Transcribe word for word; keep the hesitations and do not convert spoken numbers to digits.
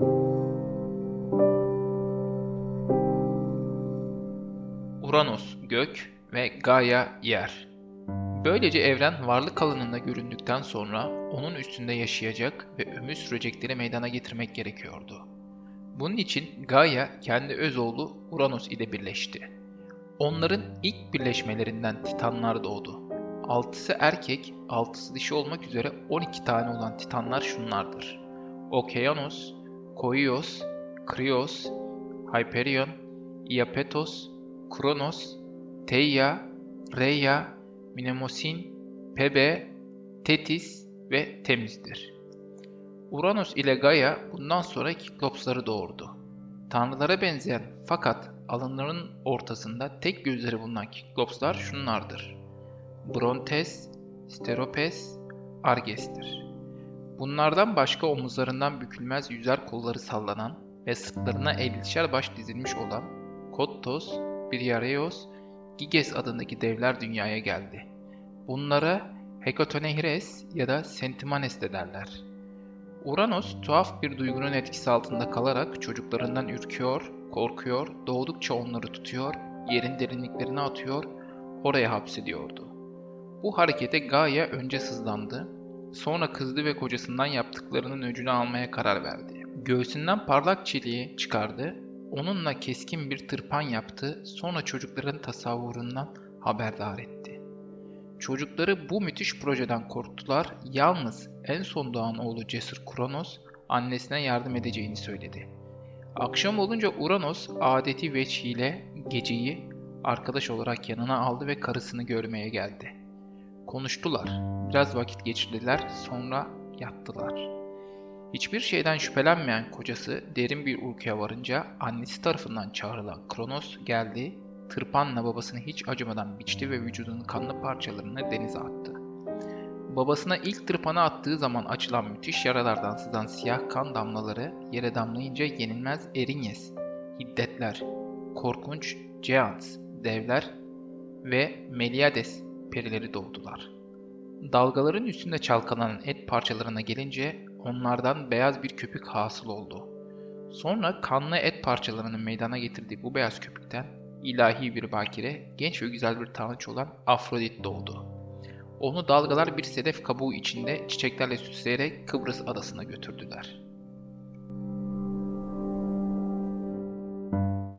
Uranos gök ve Gaia yer. Böylece evren varlık alanında göründükten sonra onun üstünde yaşayacak ve ömür sürecekleri meydana getirmek gerekiyordu. Bunun için Gaia kendi öz oğlu Uranos ile birleşti. Onların ilk birleşmelerinden Titanlar doğdu. Altısı erkek, altısı dişi olmak üzere on iki tane olan Titanlar şunlardır: Okeanos, Koios, Krios, Hyperion, Iapetos, Kronos, Theia, Rhea, Mnemosyne, Pebe, Tetis ve Temiz'dir. Uranos ile Gaia bundan sonra Kiklopsları doğurdu. Tanrılara benzeyen fakat alınlarının ortasında tek gözleri bulunan Kiklopslar şunlardır: Brontes, Steropes, Arges'tir. Bunlardan başka omuzlarından bükülmez yüzer kolları sallanan ve sırtlarına ellişer baş dizilmiş olan Kottos, Briareos, Giges adındaki devler dünyaya geldi. Bunlara Hekatonechires ya da Centimanes de derler. Uranos tuhaf bir duygunun etkisi altında kalarak çocuklarından ürküyor, korkuyor, doğdukça onları tutuyor, yerin derinliklerine atıyor, oraya hapsediyordu. Bu harekete Gaia önce sızlandı, sonra kızdı ve kocasından yaptıklarının öcünü almaya karar verdi. Göğsünden parlak çeliği çıkardı, onunla keskin bir tırpan yaptı, sonra çocukların tasavvurundan haberdar etti. Çocukları bu müthiş projeden korktular, yalnız en son doğan oğlu cesur Kronos annesine yardım edeceğini söyledi. Akşam olunca Uranos adeti veçhiyle geceyi arkadaş olarak yanına aldı ve karısını görmeye geldi. Konuştular, biraz vakit geçirdiler, sonra yattılar. Hiçbir şeyden şüphelenmeyen kocası derin bir uykuya varınca annesi tarafından çağrılan Kronos geldi, tırpanla babasını hiç acımadan biçti ve vücudunun kanlı parçalarını denize attı. Babasına ilk tırpanı attığı zaman açılan müthiş yaralardan sızan siyah kan damlaları yere damlayınca yenilmez Erinyes, Hiddetler, korkunç Giants, devler ve Meliades perileri doğdular. Dalgaların üstünde çalkalanan et parçalarına gelince onlardan beyaz bir köpük hasıl oldu. Sonra kanlı et parçalarının meydana getirdiği bu beyaz köpükten ilahi bir bakire, genç ve güzel bir tanrıç olan Afrodit doğdu. Onu dalgalar bir sedef kabuğu içinde çiçeklerle süsleyerek Kıbrıs adasına götürdüler.